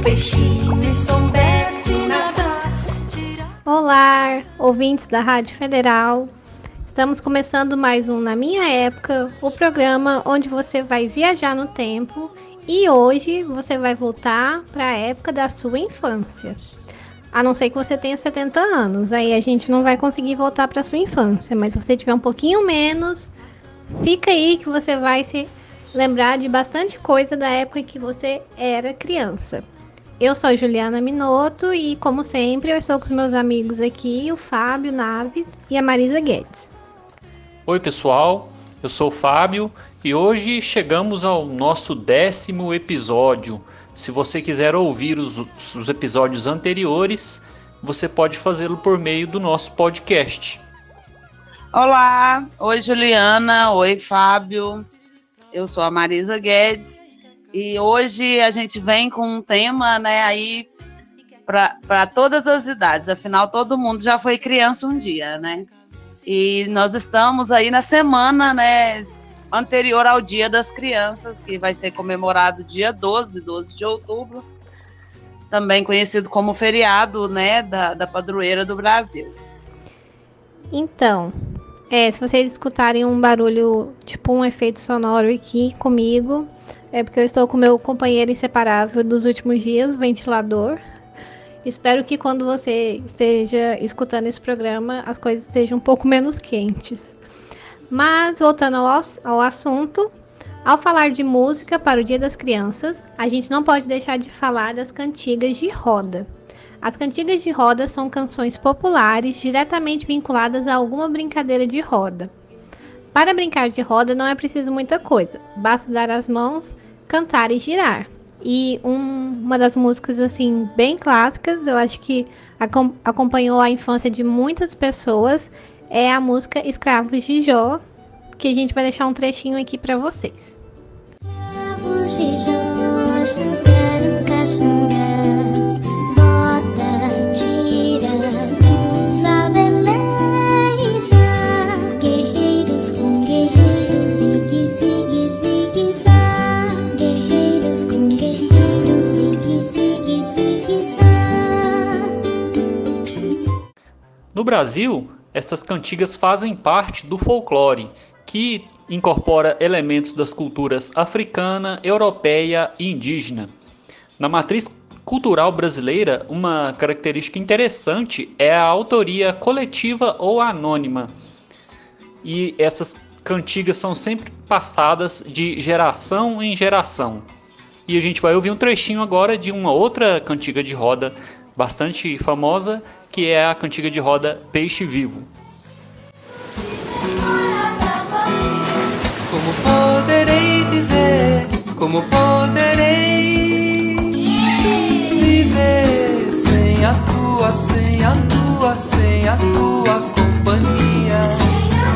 peixinho e soubesse nadar. Olá, ouvintes da Rádio Federal. Estamos começando mais um Na Minha Época, o programa onde você vai viajar no tempo e hoje você vai voltar para a época da sua infância. A não ser que você tenha 70 anos, aí a gente não vai conseguir voltar para a sua infância, mas se você tiver um pouquinho menos, fica aí que você vai se lembrar de bastante coisa da época que você era criança. Eu sou a Juliana Minotto e, como sempre, eu estou com os meus amigos aqui, o Fábio Naves e a Marisa Guedes. Oi pessoal, eu sou o Fábio e hoje chegamos ao nosso 10º episódio. Se você quiser ouvir os episódios anteriores, você pode fazê-lo por meio do nosso podcast. Olá, oi Juliana, oi Fábio, eu sou a Marisa Guedes e hoje a gente vem com um tema, né, aí para todas as idades, afinal todo mundo já foi criança um dia, né? E nós estamos aí na semana, né, anterior ao Dia das Crianças, que vai ser comemorado dia 12 de outubro, também conhecido como feriado, né, da padroeira do Brasil. Então, se vocês escutarem um barulho, tipo um efeito sonoro aqui comigo, é porque eu estou com meu companheiro inseparável dos últimos dias, o ventilador. Espero que quando você esteja escutando esse programa, as coisas estejam um pouco menos quentes. Mas, voltando ao assunto, ao falar de música para o Dia das Crianças, a gente não pode deixar de falar das cantigas de roda. As cantigas de roda são canções populares diretamente vinculadas a alguma brincadeira de roda. Para brincar de roda não é preciso muita coisa, basta dar as mãos, cantar e girar. E uma das músicas assim bem clássicas, eu acho que acompanhou a infância de muitas pessoas, é a música Escravos de Jó, que a gente vai deixar um trechinho aqui para vocês. Escravos de Jó, chantaram caxangá, bota, tira, usa, veleja, guerreiros com guerreiros, zigue, zigue, zigue, zá, guerreiros com guerreiros, zigue, zigue, zigue, zá. No Brasil, essas cantigas fazem parte do folclore, que incorpora elementos das culturas africana, europeia e indígena. Na matriz cultural brasileira, uma característica interessante é a autoria coletiva ou anônima. E essas cantigas são sempre passadas de geração em geração. E a gente vai ouvir um trechinho agora de uma outra cantiga de roda bastante famosa, que é a cantiga de roda Peixe Vivo. Como poderei viver? Como poderei viver sem a tua companhia? Sem a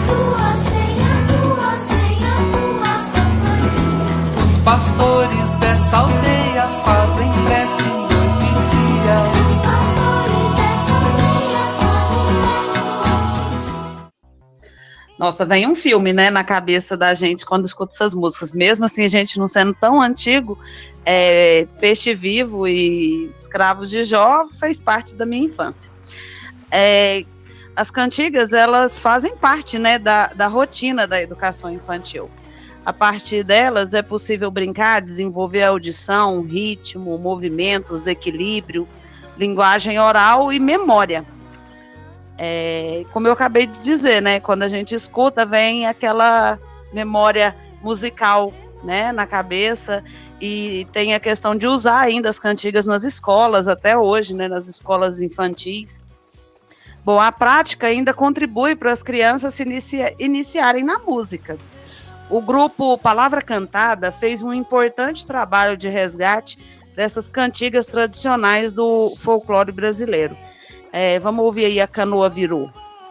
tua companhia. Os pastores dessa aldeia fazem prece noite e dia. Os pastores dessa aldeia fazem prece noite e dia. Nossa, vem um filme, né, na cabeça da gente quando escuta essas músicas. Mesmo assim, a gente não sendo tão antigo, Peixe Vivo e Escravos de Jó fez parte da minha infância. As cantigas, elas fazem parte, né, da rotina da educação infantil. A partir delas é possível brincar, desenvolver a audição, ritmo, movimentos, equilíbrio, linguagem oral e memória. Como eu acabei de dizer, né, quando a gente escuta, vem aquela memória musical, né, na cabeça, e tem a questão de usar ainda as cantigas nas escolas, até hoje, né, nas escolas infantis. Bom, a prática ainda contribui para as crianças se iniciarem na música. O grupo Palavra Cantada fez um importante trabalho de resgate dessas cantigas tradicionais do folclore brasileiro. Vamos ouvir aí a Canoa Virou.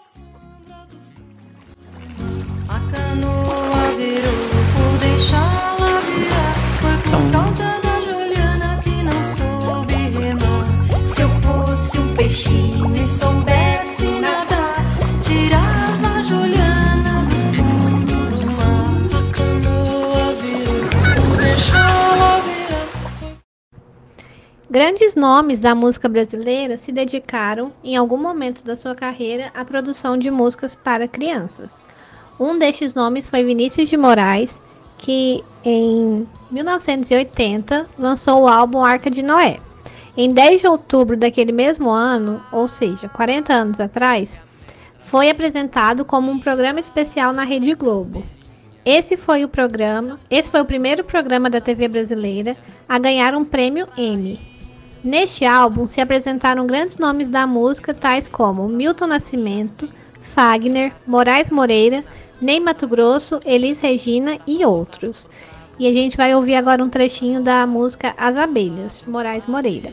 A canoa virou por deixá-la virar. Foi por causa da Juliana que não soube remar. Se eu fosse um peixinho e soubesse nadar, tirava a Juliana do fundo do mar. A canoa virou por deixá-la virar. Grandes nomes da música brasileira se dedicaram, em algum momento da sua carreira, à produção de músicas para crianças. Um destes nomes foi Vinícius de Moraes, que em 1980 lançou o álbum Arca de Noé. Em 10 de outubro daquele mesmo ano, ou seja, 40 anos atrás, foi apresentado como um programa especial na Rede Globo. Esse foi o primeiro programa da TV brasileira a ganhar um prêmio Emmy. Neste álbum se apresentaram grandes nomes da música, tais como Milton Nascimento, Fagner, Moraes Moreira, Ney Matogrosso, Elis Regina e outros. E a gente vai ouvir agora um trechinho da música As Abelhas, de Moraes Moreira.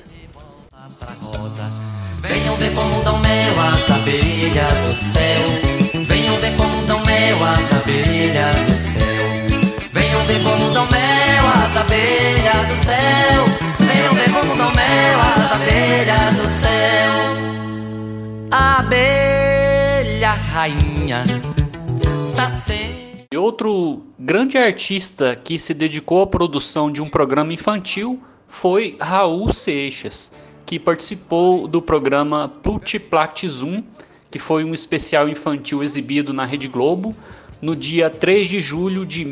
Venham ver como dão mel as abelhas do céu. Venham ver como dão mel as abelhas do céu. Venham ver como dão mel as abelhas do céu. Venham ver como dão mel as abelhas do céu. A abelha rainha está sem. E outro grande artista que se dedicou à produção de um programa infantil foi Raul Seixas, que participou do programa Plutiplact Zoom, que foi um especial infantil exibido na Rede Globo no dia 3 de julho de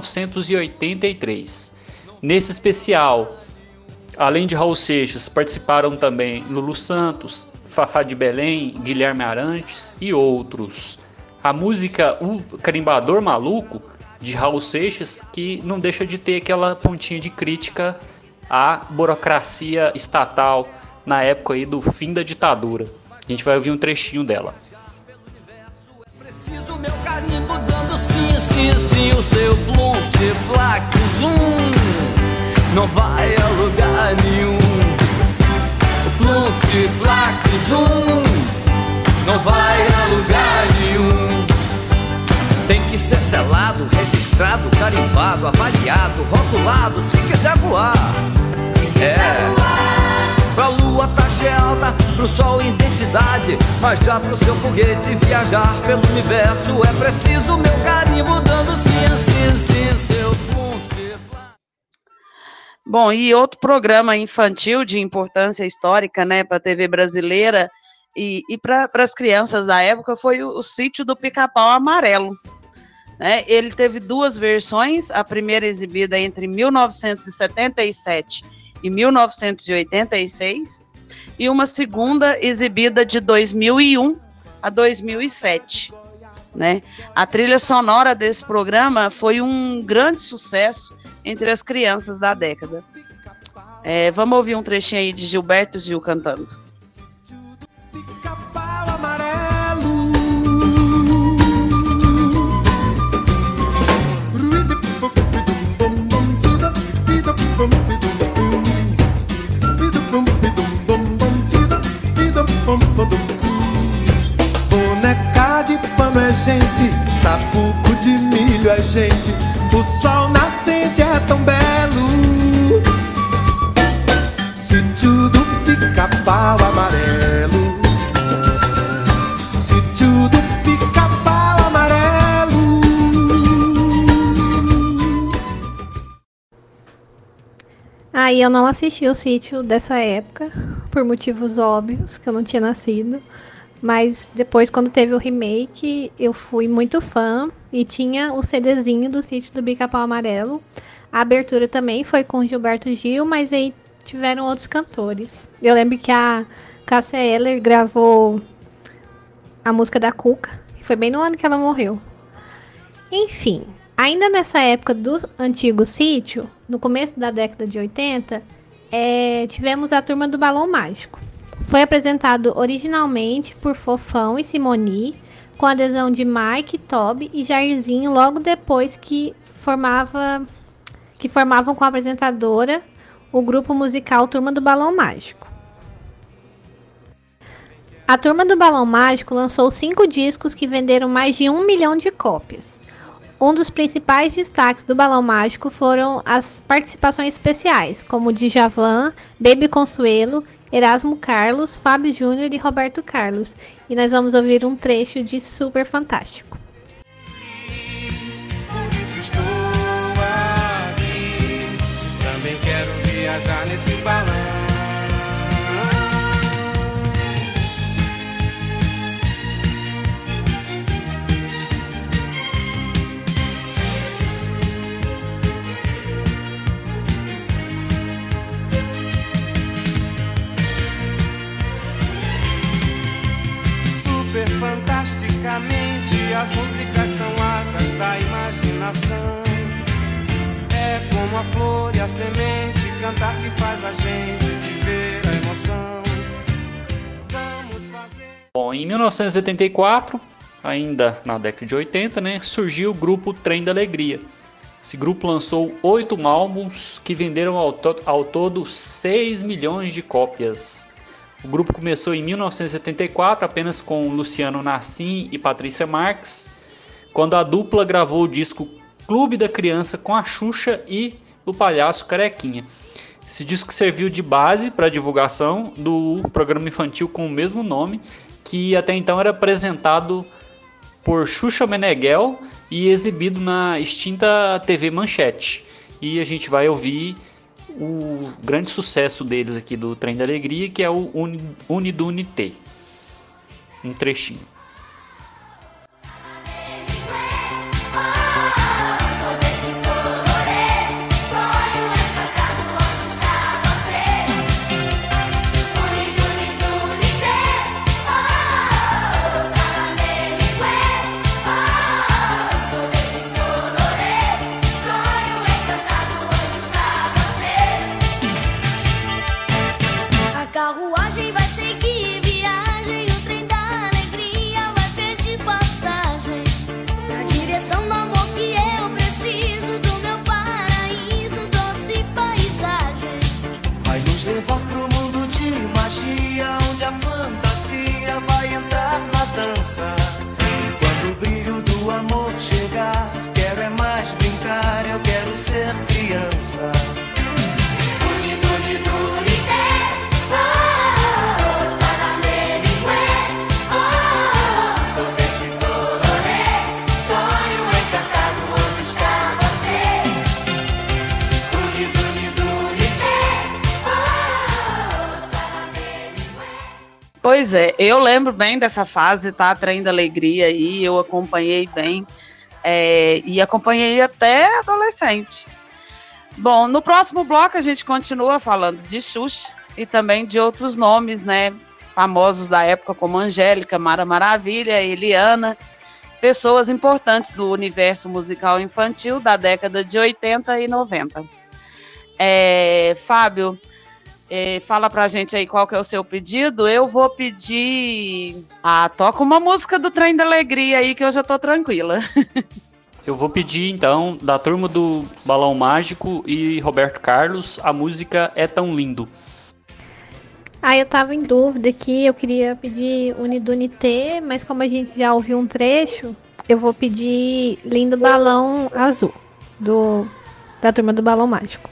1983. Nesse especial, além de Raul Seixas, participaram também Lulu Santos, Fafá de Belém, Guilherme Arantes e outros. A música O Carimbador Maluco, de Raul Seixas, que não deixa de ter aquela pontinha de crítica à burocracia estatal na época aí do fim da ditadura. A gente vai ouvir um trechinho dela. Preciso meu carimbo dando sim, sim, sim. O seu Plutiplact Zoom não vai a lugar nenhum. O Plutiplact Zoom não vai a lugar nenhum. Tem que ser selado, registrado, carimbado, avaliado, rotulado, se quiser voar. Pra lua taxa é alta, pro sol identidade, mas já pro seu foguete viajar pelo universo é preciso meu carimbo dando sim, sim, sim, seu ponte. Bom, e outro programa infantil de importância histórica, né, para a TV brasileira e para as crianças da época foi o Sítio do Pica-Pau Amarelo. Né? Ele teve duas versões, a primeira exibida entre 1977 e 1986, e uma segunda exibida de 2001 a 2007. Né? A trilha sonora desse programa foi um grande sucesso entre as crianças da década. Vamos ouvir um trechinho aí de Gilberto Gil cantando. Pica-pau amarelo, boneca de pano é gente, sapuco de milho é gente, o sol nascente é tão belo. Sítio do Pica-Pau Amarelo, Sítio do Pica-Pau Amarelo. Aí eu não assisti o Sítio dessa época, por motivos óbvios, que eu não tinha nascido. Mas depois, quando teve o remake, eu fui muito fã e tinha o CDzinho do Sítio do Pica-Pau Amarelo. A abertura também foi com Gilberto Gil, mas aí tiveram outros cantores. Eu lembro que a Cássia Eller gravou a música da Cuca, que foi bem no ano que ela morreu. Enfim, ainda nessa época do antigo Sítio, no começo da década de 80, tivemos a Turma do Balão Mágico. Foi apresentado originalmente por Fofão e Simoni, com adesão de Mike, Toby e Jairzinho, logo depois que formavam com a apresentadora o grupo musical Turma do Balão Mágico. A Turma do Balão Mágico lançou 5 discos que venderam mais de 1 milhão de cópias. Um dos principais destaques do Balão Mágico foram as participações especiais, como Djavan, Baby Consuelo, Erasmo Carlos, Fábio Júnior e Roberto Carlos. E nós vamos ouvir um trecho de Super Fantástico. Por isso estou aqui. Também quero viajar nesse balão. a flor e a semente, cantar que faz a gente viver a emoção. Vamos fazer... Bom, em 1984, ainda na década de 80, né, surgiu o grupo Trem da Alegria. Esse grupo lançou 8 álbuns que venderam ao todo 6 milhões de cópias. O grupo começou em 1974 apenas com Luciano Nassim e Patrícia Marques, quando a dupla gravou o disco Clube da Criança com a Xuxa e o Palhaço Carequinha. Esse disco serviu de base para a divulgação do programa infantil com o mesmo nome, que até então era apresentado por Xuxa Meneghel e exibido na extinta TV Manchete. E a gente vai ouvir o grande sucesso deles aqui do Trem da Alegria, que é o Unidunité. Um trechinho. Pois é, eu lembro bem dessa fase, tá? Trem da Alegria aí, eu acompanhei bem, e acompanhei até adolescente. Bom, no próximo bloco a gente continua falando de Xuxa e também de outros nomes, né, famosos da época, como Angélica, Mara Maravilha, Eliana, pessoas importantes do universo musical infantil da década de 80 e 90. Fábio, fala pra gente aí qual que é o seu pedido. Eu vou pedir... toca uma música do Trem da Alegria aí que eu já tô tranquila. Eu vou pedir então, da turma do Balão Mágico e Roberto Carlos, a música É Tão Lindo. Eu tava em dúvida aqui, eu queria pedir Unidunité, mas como a gente já ouviu um trecho, eu vou pedir Lindo Balão Azul, da turma do Balão Mágico.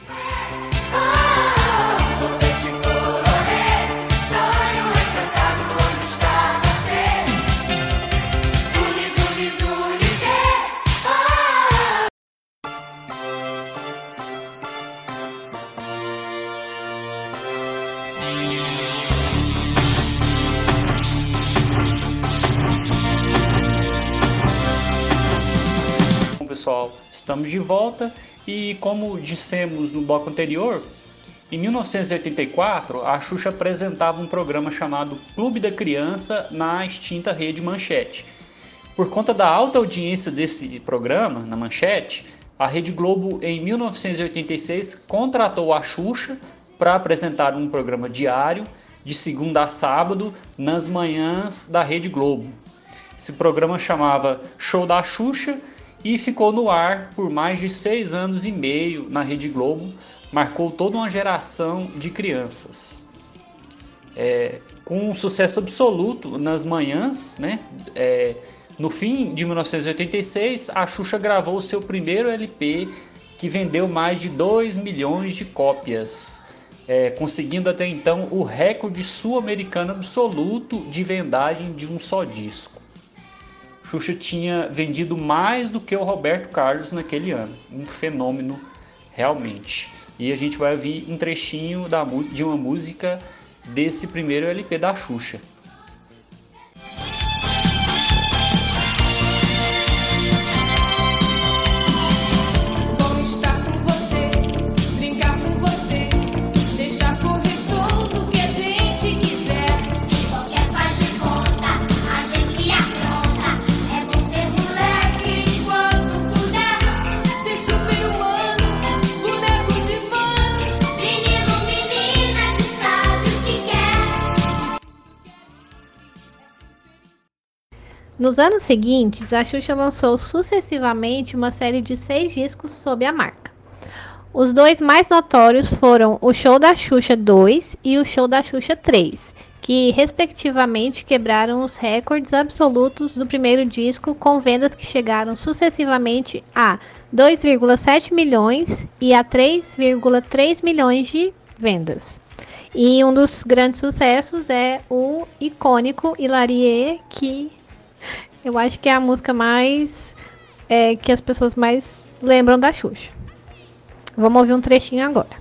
Pessoal, estamos de volta e, como dissemos no bloco anterior, em 1984 a Xuxa apresentava um programa chamado Clube da Criança na extinta Rede Manchete. Por conta da alta audiência desse programa na Manchete, a Rede Globo em 1986 contratou a Xuxa para apresentar um programa diário de segunda a sábado nas manhãs da Rede Globo. Esse programa chamava Show da Xuxa e ficou no ar por mais de 6 anos e meio na Rede Globo, marcou toda uma geração de crianças. Com um sucesso absoluto nas manhãs, né? No fim de 1986, a Xuxa gravou seu primeiro LP, que vendeu mais de 2 milhões de cópias, conseguindo até então o recorde sul-americano absoluto de vendagem de um só disco. Xuxa tinha vendido mais do que o Roberto Carlos naquele ano. Um fenômeno realmente. E a gente vai ouvir um trechinho de uma música desse primeiro LP da Xuxa. Super-humano, Nos anos seguintes, a Xuxa lançou sucessivamente uma série de 6 discos sob a marca. Os dois mais notórios foram o Show da Xuxa 2 e o Show da Xuxa 3, que respectivamente quebraram os recordes absolutos do primeiro disco, com vendas que chegaram sucessivamente a 2,7 milhões e a 3,3 milhões de vendas. E um dos grandes sucessos é o icônico Hilarie, que eu acho que é a música mais que as pessoas mais lembram da Xuxa. Vamos ouvir um trechinho agora.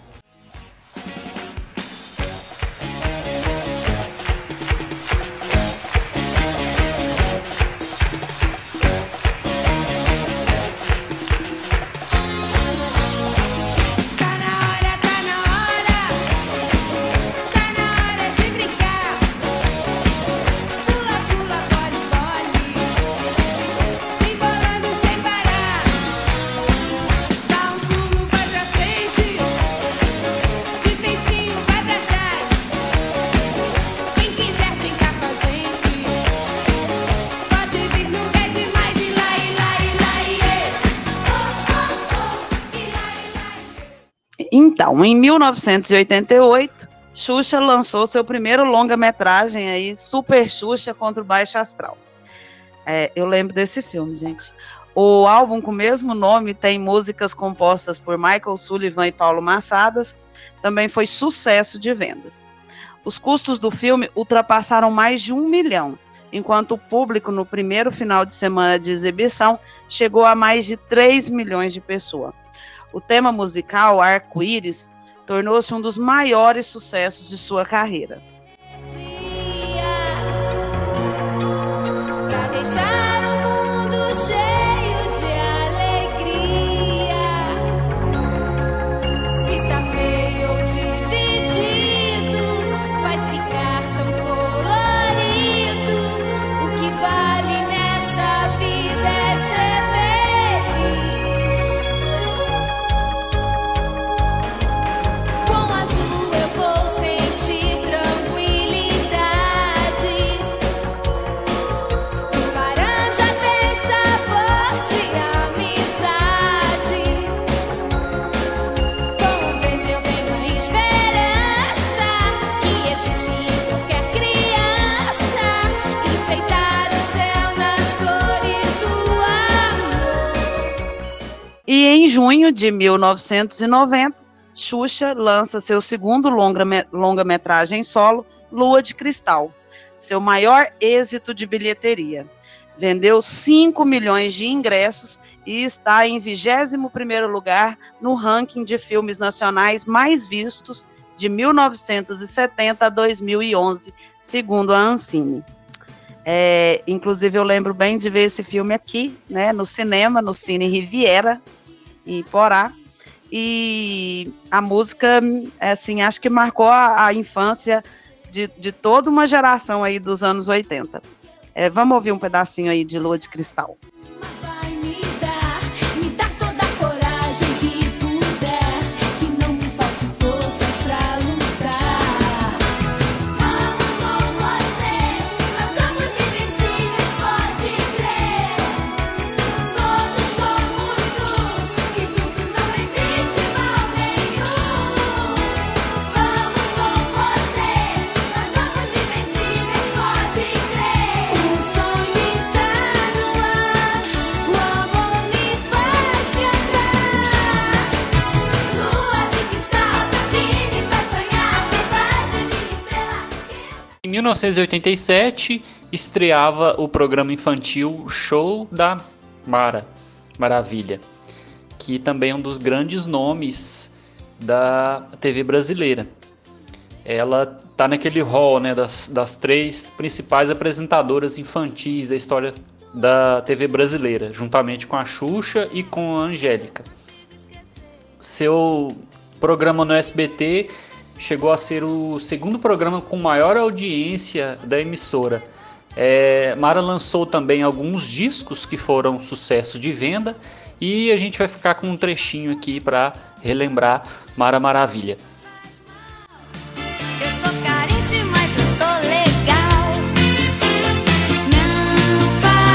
Então, em 1988, Xuxa lançou seu primeiro longa-metragem aí, Super Xuxa contra o Baixo Astral. Eu lembro desse filme, gente. O álbum com o mesmo nome tem músicas compostas por Michael Sullivan e Paulo Massadas. Também foi sucesso de vendas. Os custos do filme ultrapassaram mais de 1 milhão, enquanto o público no primeiro final de semana de exibição chegou a mais de 3 milhões de pessoas. O tema musical, Arco-Íris, tornou-se um dos maiores sucessos de sua carreira. Pra deixar o mundo cheio de alegria. Se tá feio ou dividido, vai ficar tão colorido. O que vale nessa vida é ser feliz. Com azul eu vou sentir tranquilidade. O laranja tem sabor de amizade. Com o verde eu tenho a esperança que existe em qualquer criança. Enfeitar o céu nas cores do amor. E em junho de 1990, Xuxa lança seu segundo longa-metragem solo, Lua de Cristal, seu maior êxito de bilheteria. Vendeu 5 milhões de ingressos e está em 21º lugar no ranking de filmes nacionais mais vistos de 1970 a 2011, segundo a Ancine. Inclusive, eu lembro bem de ver esse filme aqui, né, no cinema, no Cine Riviera, em Porá. E a música, assim, acho que marcou a infância de toda uma geração aí dos anos 80. Vamos ouvir um pedacinho aí de Lua de Cristal. Vai me dar toda a coragem que puder, que não me falte forças pra lutar. Vamos com você, nós somos invencíveis, pode crer. Todos somos um, e juntos não existe mal nenhum. Vamos com você, nós somos invencíveis, pode crer. O sonho está no ar, o amor me faz cantar. Lua de cristal que me faz sonhar, faz de mim estrela. Em 1987, estreava o programa infantil Show da Maravilha, que também é um dos grandes nomes da TV brasileira. Ela está naquele hall, né, das 3 principais apresentadoras infantis da história da TV brasileira, juntamente com a Xuxa e com a Angélica. Seu programa no SBT chegou a ser o segundo programa com maior audiência da emissora. Mara lançou também alguns discos que foram sucesso de venda e a gente vai ficar com um trechinho aqui para relembrar Mara Maravilha. Eu tô carente, mas eu tô legal. Não faz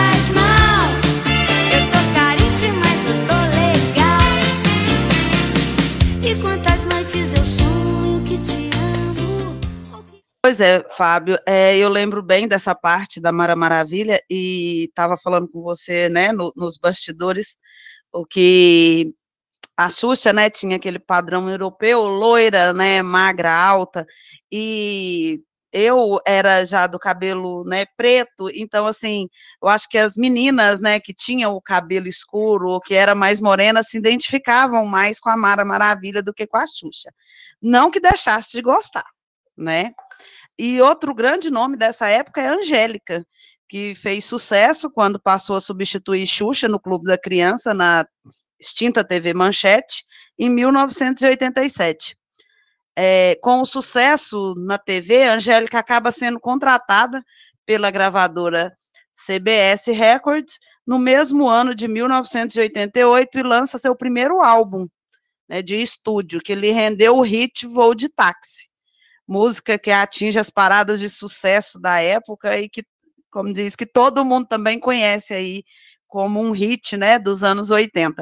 Pois é, Fábio, eu lembro bem dessa parte da Mara Maravilha e estava falando com você, né, nos bastidores, o que a Xuxa, né, tinha aquele padrão europeu, loira, né, magra, alta, e eu era já do cabelo, né, preto, então, assim, eu acho que as meninas, né, que tinham o cabelo escuro, ou que era mais morena, se identificavam mais com a Mara Maravilha do que com a Xuxa. Não que deixasse de gostar, né? E outro grande nome dessa época é Angélica, que fez sucesso quando passou a substituir Xuxa no Clube da Criança, na extinta TV Manchete, em 1987. Com o sucesso na TV, Angélica acaba sendo contratada pela gravadora CBS Records no mesmo ano de 1988 e lança seu primeiro álbum, né, de estúdio, que lhe rendeu o hit Voo de Táxi, música que atinge as paradas de sucesso da época e que, como diz, que todo mundo também conhece aí como um hit, né, dos anos 80.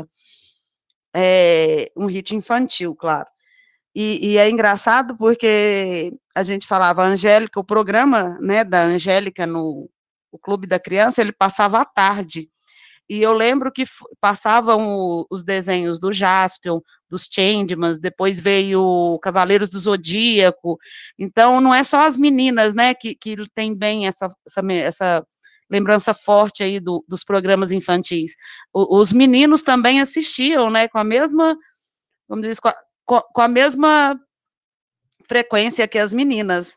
Um hit infantil, claro. E é engraçado porque a gente falava Angélica, o programa, né, da Angélica no o Clube da Criança, ele passava à tarde. E eu lembro que passavam os desenhos do Jaspion, dos Changemans, depois veio Cavaleiros do Zodíaco. Então, não é só as meninas, né, que tem bem essa lembrança forte aí dos programas infantis. Os meninos também assistiam, né, com a mesma, vamos dizer, com a mesma frequência que as meninas.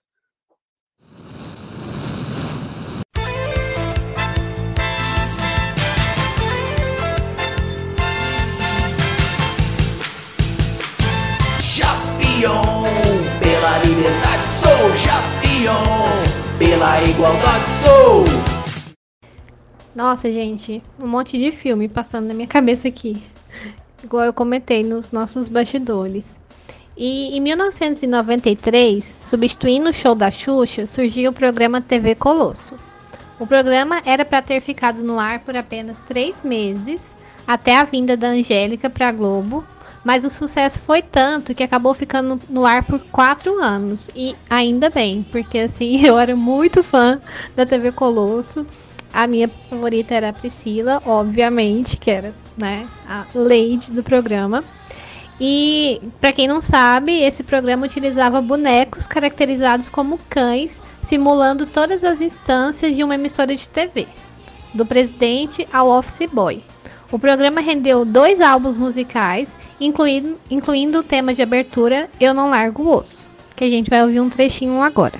Jaspion, pela liberdade sou Jaspion, pela igualdade sou. Nossa, gente, um monte de filme passando na minha cabeça aqui, igual eu comentei nos nossos bastidores. E em 1993, substituindo o show da Xuxa, surgiu o programa TV Colosso. O programa era para ter ficado no ar por apenas 3 meses, até a vinda da Angélica para a Globo, mas o sucesso foi tanto que acabou ficando no ar por 4 anos. E ainda bem, porque assim, eu era muito fã da TV Colosso. A minha favorita era a Priscila, obviamente, que era, né, a lady do programa. E, para quem não sabe, esse programa utilizava bonecos caracterizados como cães, simulando todas as instâncias de uma emissora de TV, do presidente ao office boy. O programa rendeu 2 álbuns musicais, incluindo o tema de abertura Eu Não Largo o Osso, que a gente vai ouvir um trechinho agora.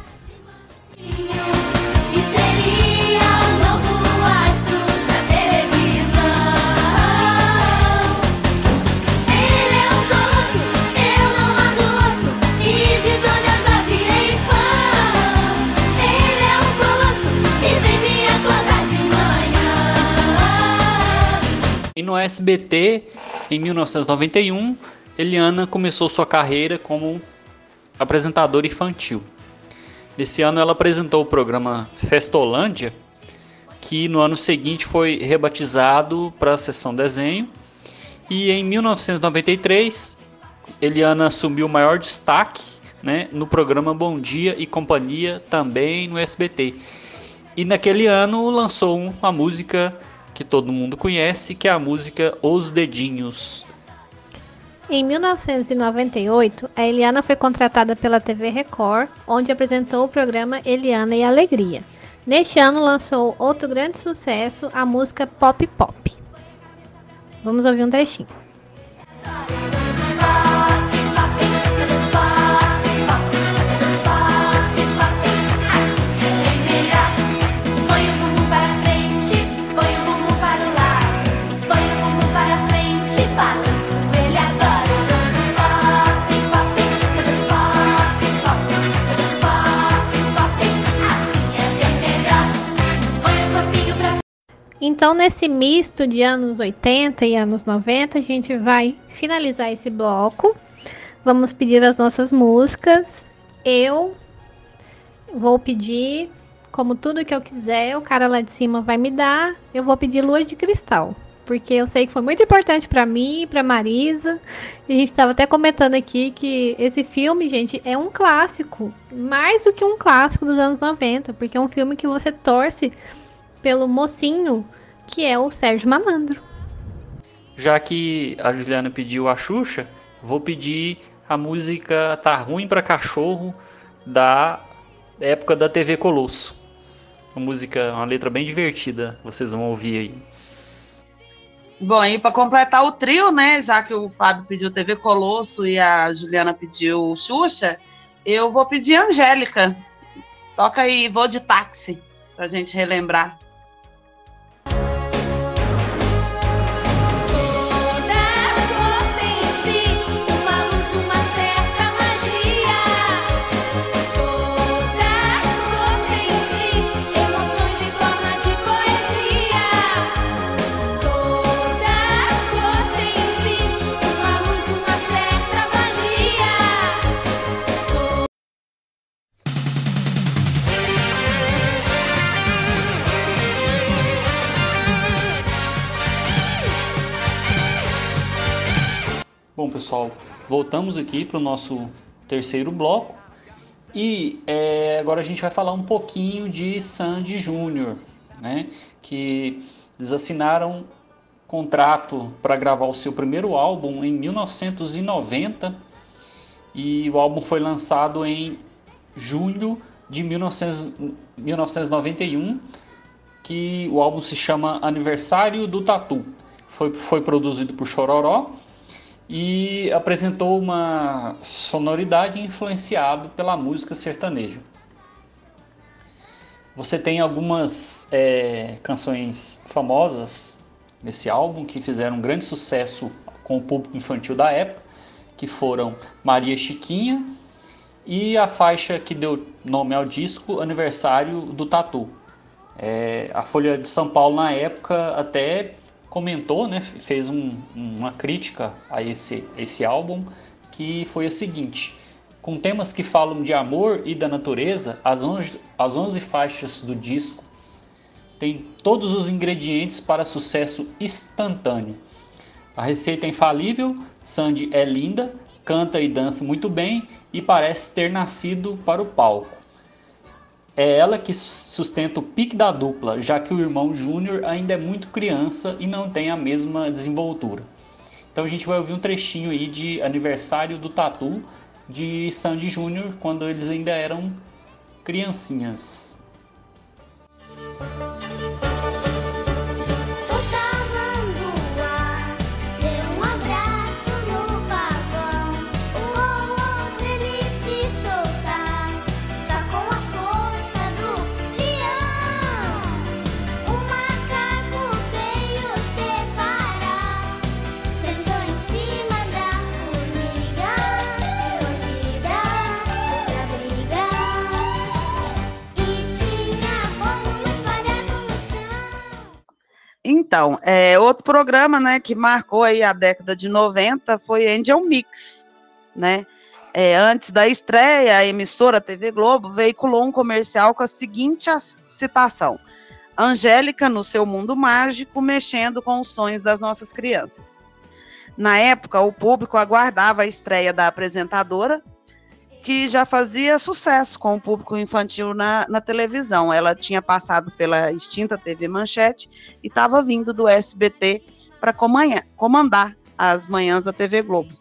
E no SBT, em 1991, Eliana começou sua carreira como apresentadora infantil. Nesse ano ela apresentou o programa Festolândia, que no ano seguinte foi rebatizado para a Sessão Desenho. E em 1993, Eliana assumiu o maior destaque, né, no programa Bom Dia e Companhia, também no SBT. E naquele ano lançou uma música que todo mundo conhece, que é a música Os Dedinhos. Em 1998, a Eliana foi contratada pela TV Record, onde apresentou o programa Eliana e Alegria. Neste ano lançou outro grande sucesso, a música Pop Pop. Vamos ouvir um trechinho. Então, nesse misto de anos 80 e anos 90, a gente vai finalizar esse bloco. Vamos pedir as nossas músicas. Eu vou pedir, como tudo que eu quiser, o cara lá de cima vai me dar. Eu vou pedir Lua de Cristal, porque eu sei que foi muito importante pra mim e pra Marisa. E a gente estava até comentando aqui que esse filme, gente, é um clássico, mais do que um clássico dos anos 90, porque é um filme que você torce pelo mocinho, que é o Sérgio Malandro. Já que a Juliana pediu a Xuxa, vou pedir a música Tá Ruim Pra Cachorro, da época da TV Colosso. Uma música, uma letra bem divertida, vocês vão ouvir aí. Bom, e para completar o trio, né, já que o Fábio pediu TV Colosso e a Juliana pediu Xuxa, eu vou pedir Angélica. Toca aí, Vou de Táxi, pra gente relembrar. Bom, pessoal, voltamos aqui para o nosso terceiro bloco e agora a gente vai falar um pouquinho de Sandy Júnior, né? Que eles assinaram contrato para gravar o seu primeiro álbum em 1990 e o álbum foi lançado em junho de 1991, que o álbum se chama Aniversário do Tatu. Foi produzido por Chororó e apresentou uma sonoridade influenciada pela música sertaneja. Você tem algumas canções famosas nesse álbum que fizeram um grande sucesso com o público infantil da época, que foram Maria Chiquinha e a faixa que deu nome ao disco, Aniversário do Tatu. A Folha de São Paulo na época até comentou, né, fez uma crítica a esse álbum, que foi a seguinte: com temas que falam de amor e da natureza, as 11 faixas do disco têm todos os ingredientes para sucesso instantâneo. A receita é infalível, Sandy é linda, canta e dança muito bem e parece ter nascido para o palco. É ela que sustenta o pique da dupla, já que o irmão Júnior ainda é muito criança e não tem a mesma desenvoltura. Então a gente vai ouvir um trechinho aí de Aniversário do Tatu, de Sandy Júnior, quando eles ainda eram criancinhas. Então, outro programa, né, que marcou aí a década de 90 foi Angel Mix, né? Antes da estreia, a emissora TV Globo veiculou um comercial com a seguinte citação: Angélica no seu mundo mágico, mexendo com os sonhos das nossas crianças. Na época, o público aguardava a estreia da apresentadora, que já fazia sucesso com o público infantil na televisão. Ela tinha passado pela extinta TV Manchete e estava vindo do SBT para comandar as manhãs da TV Globo.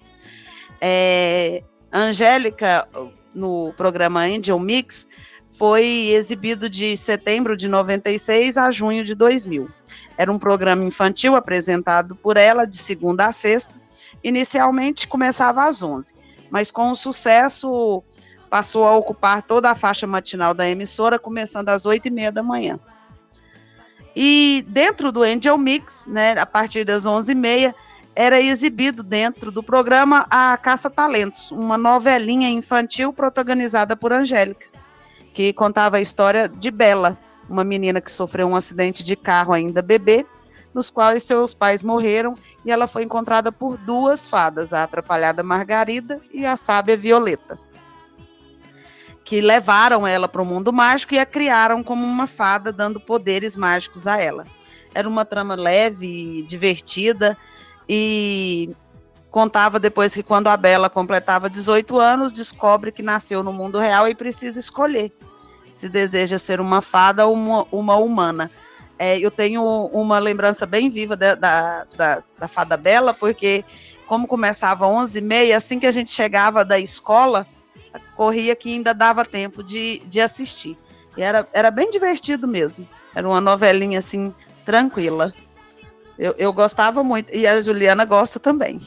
Angélica, no programa Angel Mix, foi exibido de setembro de 96 a junho de 2000. Era um programa infantil apresentado por ela de segunda a sexta. Inicialmente começava às 11, mas com o sucesso passou a ocupar toda a faixa matinal da emissora, começando às 8h30 da manhã. E dentro do Angel Mix, né, a partir das 11h30, era exibido dentro do programa a Caça-Talentos, uma novelinha infantil protagonizada por Angélica, que contava a história de Bela, uma menina que sofreu um acidente de carro ainda bebê, nos quais seus pais morreram, e ela foi encontrada por duas fadas, a atrapalhada Margarida e a sábia Violeta, que levaram ela para o mundo mágico e a criaram como uma fada, dando poderes mágicos a ela. era uma trama leve, divertida, e contava depois que quando a Bela completava 18 anos, descobre que nasceu no mundo real e precisa escolher se deseja ser uma fada ou uma humana. Eu tenho uma lembrança bem viva da Fada Bela, porque como começava às 11h30, assim que a gente chegava da escola, corria que ainda dava tempo de assistir. E era bem divertido mesmo. Era uma novelinha assim, tranquila. Eu gostava muito, e a Juliana gosta também.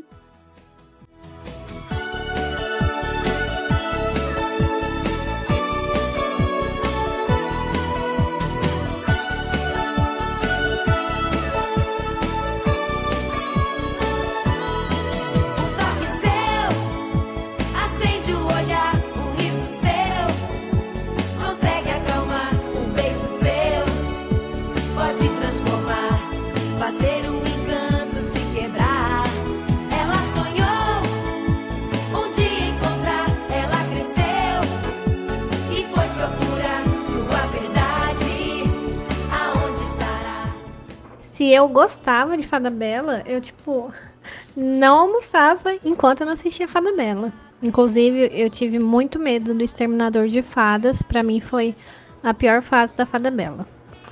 Se eu gostava de Fada Bela, eu, não almoçava enquanto eu não assistia Fada Bela. Inclusive, eu tive muito medo do Exterminador de Fadas. Pra mim, foi a pior fase da Fada Bela.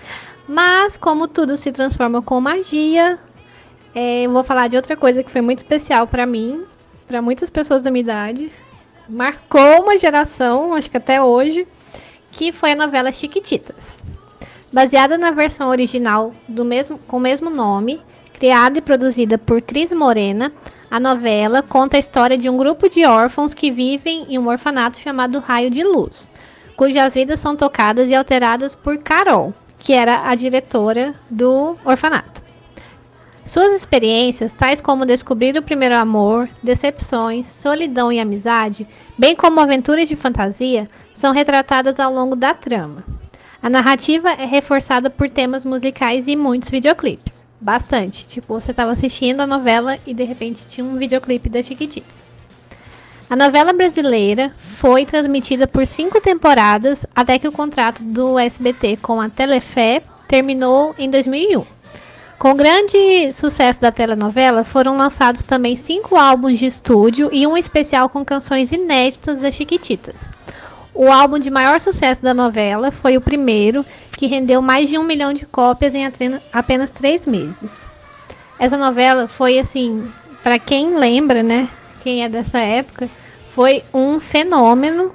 Mas, como tudo se transforma com magia, eu vou falar de outra coisa que foi muito especial pra mim, pra muitas pessoas da minha idade. Marcou uma geração, acho que até hoje, que foi a novela Chiquititas. Baseada na versão original com o mesmo nome, criada e produzida por Cris Morena, a novela conta a história de um grupo de órfãos que vivem em um orfanato chamado Raio de Luz, cujas vidas são tocadas e alteradas por Carol, que era a diretora do orfanato. Suas experiências, tais como descobrir o primeiro amor, decepções, solidão e amizade, bem como aventuras de fantasia, são retratadas ao longo da trama. A narrativa é reforçada por temas musicais e muitos videoclipes. Bastante. Você estava assistindo a novela e de repente tinha um videoclipe das Chiquititas. A novela brasileira foi transmitida por 5 temporadas até que o contrato do SBT com a Telefé terminou em 2001. Com o grande sucesso da telenovela, foram lançados também 5 álbuns de estúdio e um especial com canções inéditas das Chiquititas. O álbum de maior sucesso da novela foi o primeiro, que rendeu mais de 1 milhão de cópias em apenas 3 meses. Essa novela foi, para quem lembra, né, quem é dessa época, foi um fenômeno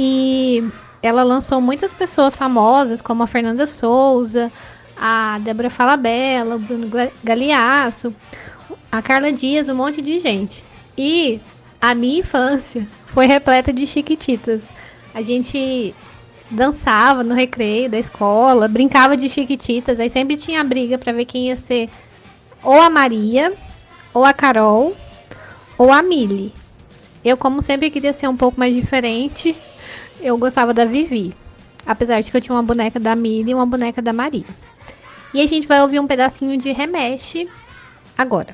e ela lançou muitas pessoas famosas, como a Fernanda Souza, a Débora Falabella, o Bruno Galeasso, a Carla Dias, um monte de gente. E a minha infância foi repleta de Chiquititas. A gente dançava no recreio da escola, brincava de Chiquititas, aí sempre tinha briga para ver quem ia ser ou a Maria, ou a Carol, ou a Mili. Eu, como sempre, queria ser um pouco mais diferente, eu gostava da Vivi, apesar de que eu tinha uma boneca da Mili e uma boneca da Maria. E a gente vai ouvir um pedacinho de Remexe agora.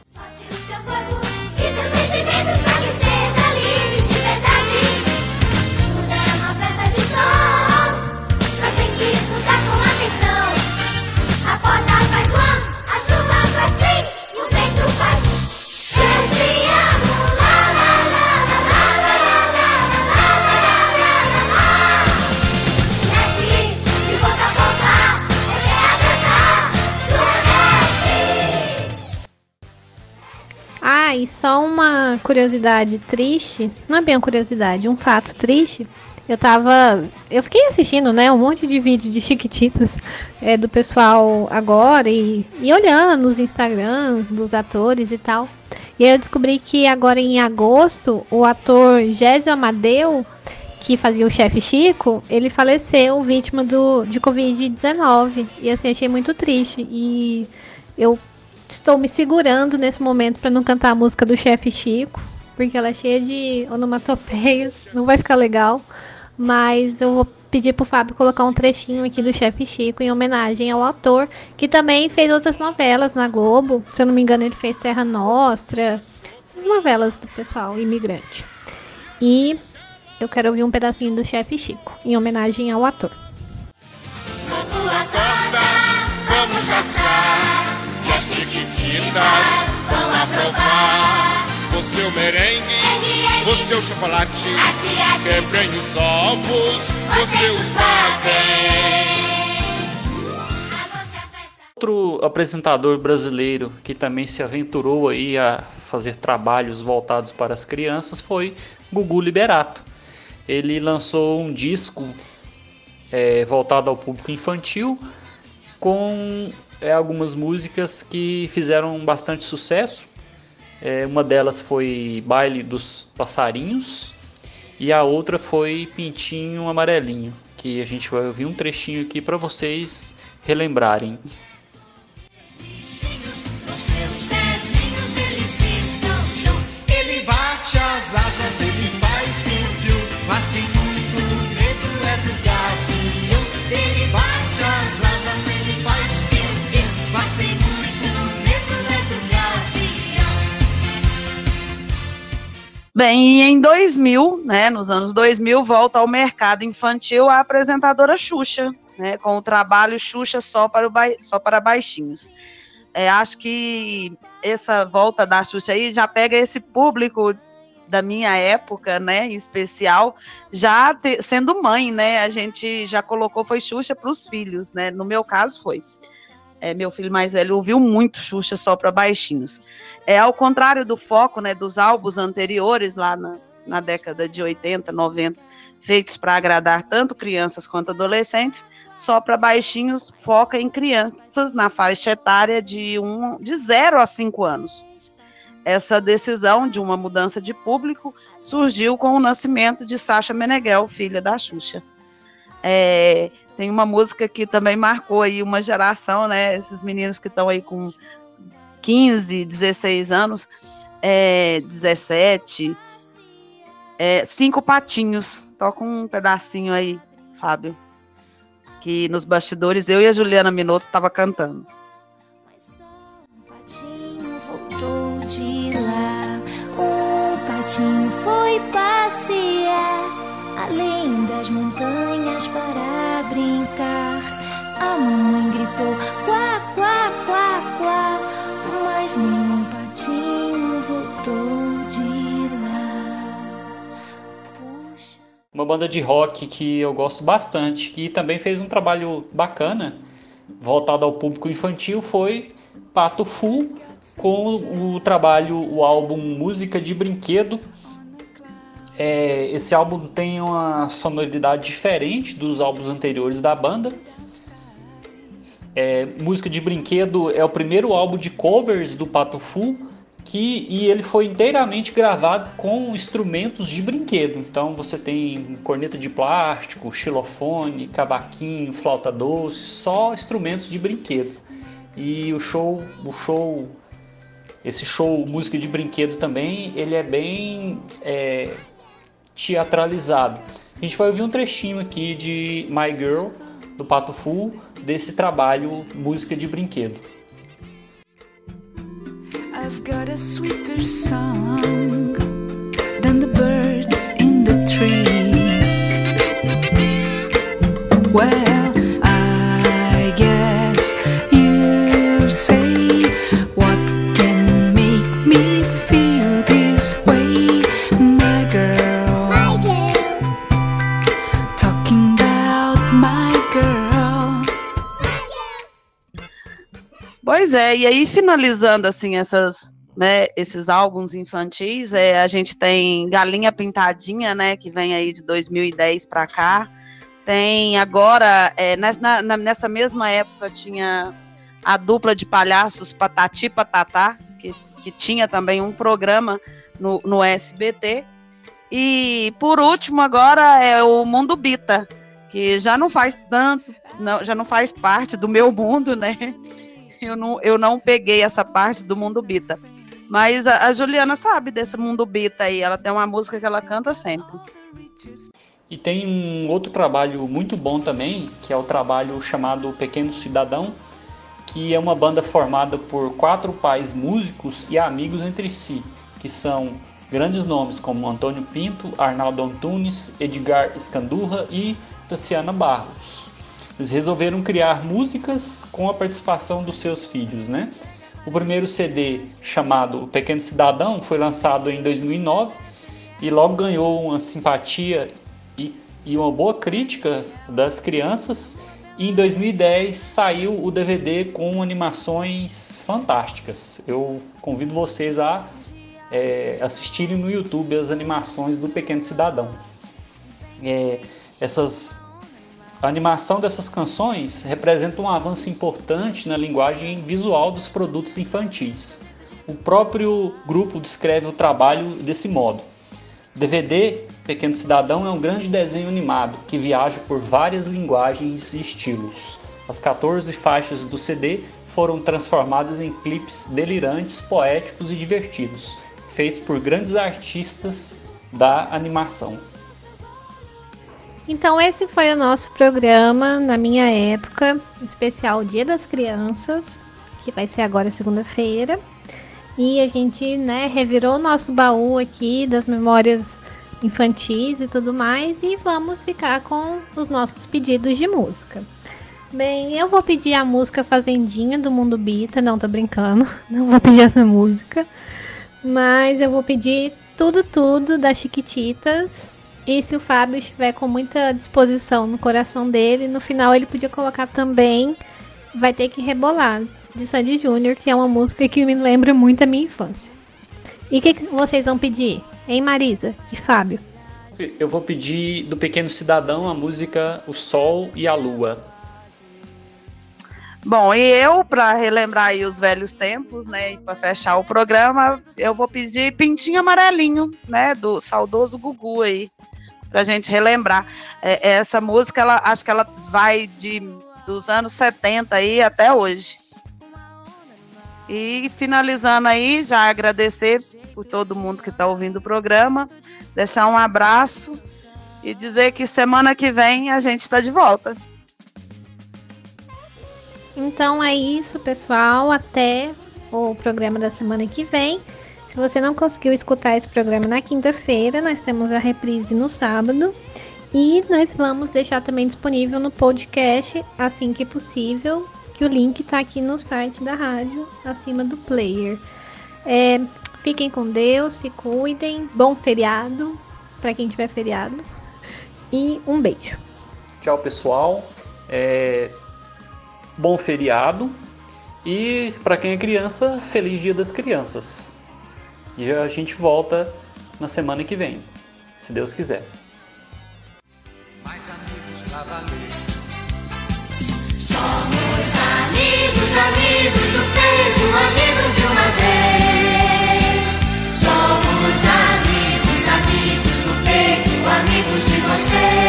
E só uma curiosidade triste, não é bem uma curiosidade, um fato triste. Eu fiquei assistindo, né, um monte de vídeo de Chiquititas do pessoal agora e olhando os Instagrams dos atores e tal. E aí eu descobri que agora em agosto, o ator Gésio Amadeu, que fazia o chefe Chico, ele faleceu vítima de Covid-19. E assim, achei muito triste. E eu estou me segurando nesse momento para não cantar a música do chefe Chico, porque ela é cheia de onomatopeias, não vai ficar legal. Mas eu vou pedir pro Fábio colocar um trechinho aqui do chefe Chico em homenagem ao ator, que também fez outras novelas na Globo. Se eu não me engano, ele fez Terra Nostra, essas novelas do pessoal imigrante. E eu quero ouvir um pedacinho do chefe Chico, em homenagem ao ator. Vamos bonitas vão aprovar o seu merengue, o seu chocolate, quebrem os ovos, você os batem. Outro apresentador brasileiro que também se aventurou aí a fazer trabalhos voltados para as crianças foi Gugu Liberato. Ele lançou um disco voltado ao público infantil com algumas músicas que fizeram bastante sucesso. Uma delas foi Baile dos Passarinhos e a outra foi Pintinho Amarelinho, que a gente vai ouvir um trechinho aqui para vocês relembrarem. Ele bate as asas, ele faz piu-piu, mas tem muito medo é do gavião. Ele bate as asas, ele faz piu-piu, mas tem muito medo é do gavião. Bem, e em 2000, né, nos anos 2000, volta ao mercado infantil a apresentadora Xuxa, né, com o trabalho Xuxa só para baixinhos. Acho que essa volta da Xuxa aí já pega esse público da minha época, né, em especial, já sendo mãe, né, a gente já colocou, foi Xuxa para os filhos, né, no meu caso foi. Meu filho mais velho ouviu muito Xuxa só para baixinhos. Ao contrário do foco, né, dos álbuns anteriores, lá na década de 80, 90, feitos para agradar tanto crianças quanto adolescentes, só para baixinhos foca em crianças na faixa etária de 0 a 5 anos. Essa decisão de uma mudança de público surgiu com o nascimento de Sasha Meneghel, filha da Xuxa. Tem uma música que também marcou aí uma geração, né? Esses meninos que estão aí com 15, 16 anos, 17, 5 Patinhos. Toca um pedacinho aí, Fábio, que nos bastidores eu e a Juliana Minotto tava cantando. Mas só um patinho voltou de lá, um patinho foi passear além das montanhas para brincar. A mamãe gritou quá, quá, quá, quá, mas nenhum patinho voltou de lá. Puxa. Uma banda de rock que eu gosto bastante, que também fez um trabalho bacana, voltado ao público infantil, foi Pato Fu, com o álbum Música de Brinquedo. Esse álbum tem uma sonoridade diferente dos álbuns anteriores da banda. Música de Brinquedo é o primeiro álbum de covers do Pato Fu, e ele foi inteiramente gravado com instrumentos de brinquedo. Então você tem corneta de plástico, xilofone, cavaquinho, flauta doce, só instrumentos de brinquedo. E esse show Música de Brinquedo também, ele é bem teatralizado. A gente vai ouvir um trechinho aqui de My Girl, do Pato Fu, desse trabalho Música de Brinquedo. I've got a sweeter song than the birds in the trees. Well, I guess you say, what can make me feel this way, my girl? My girl. Talking about my girl. Pois é, e aí finalizando assim esses álbuns infantis, a gente tem Galinha Pintadinha, né, que vem aí de 2010 para cá. Tem agora, nessa mesma época tinha a dupla de palhaços Patati Patatá, que tinha também um programa no SBT. E por último agora é o Mundo Bita, que já não faz parte do meu mundo, né? Eu não peguei essa parte do Mundo Bita. Mas a Juliana sabe desse Mundo Bita aí. Ela tem uma música que ela canta sempre. E tem um outro trabalho muito bom também, que é o trabalho chamado Pequeno Cidadão, que é uma banda formada por 4 pais músicos e amigos entre si, que são grandes nomes como Antônio Pinto, Arnaldo Antunes, Edgar Escandurra e Tassiana Barros. Eles resolveram criar músicas com a participação dos seus filhos, né? O primeiro CD, chamado O Pequeno Cidadão, foi lançado em 2009 e logo ganhou uma simpatia e uma boa crítica das crianças. E em 2010 saiu o DVD com animações fantásticas. Eu convido vocês a assistirem no YouTube as animações do Pequeno Cidadão. A animação dessas canções representa um avanço importante na linguagem visual dos produtos infantis. O próprio grupo descreve o trabalho desse modo. O DVD Pequeno Cidadão é um grande desenho animado que viaja por várias linguagens e estilos. As 14 faixas do CD foram transformadas em clipes delirantes, poéticos e divertidos, feitos por grandes artistas da animação. Então esse foi o nosso programa na minha época, especial Dia das Crianças, que vai ser agora segunda-feira. E a gente, revirou o nosso baú aqui das memórias infantis e tudo mais, e vamos ficar com os nossos pedidos de música. Bem, eu vou pedir a música Fazendinha do Mundo Bita, não tô brincando, não vou pedir essa música, mas eu vou pedir Tudo das Chiquititas. E se o Fábio estiver com muita disposição no coração dele, no final ele podia colocar também Vai Ter Que Rebolar, de Sandy Júnior, que é uma música que me lembra muito a minha infância. E o que vocês vão pedir? Hein, Marisa e Fábio? Eu vou pedir do Pequeno Cidadão a música O Sol e a Lua. Bom, e eu, para relembrar aí os velhos tempos, e para fechar o programa, eu vou pedir Pintinho Amarelinho, do saudoso Gugu aí, pra gente relembrar. Essa música, acho que ela vai dos anos 70 aí até hoje. E finalizando aí, já agradecer por todo mundo que está ouvindo o programa, deixar um abraço e dizer que semana que vem a gente está de volta. Então é isso, pessoal. Até o programa da semana que vem. Se você não conseguiu escutar esse programa na quinta-feira, nós temos a reprise no sábado. E nós vamos deixar também disponível no podcast assim que possível, que o link está aqui no site da rádio, acima do player. Fiquem com Deus, se cuidem. Bom feriado, para quem tiver feriado. E um beijo. Tchau, pessoal. Bom feriado. E para quem é criança, feliz Dia das Crianças. E a gente volta na semana que vem, se Deus quiser. Mais amigos pra valer. Somos amigos do peito, amigos de uma vez. Somos amigos do peito, amigos de você.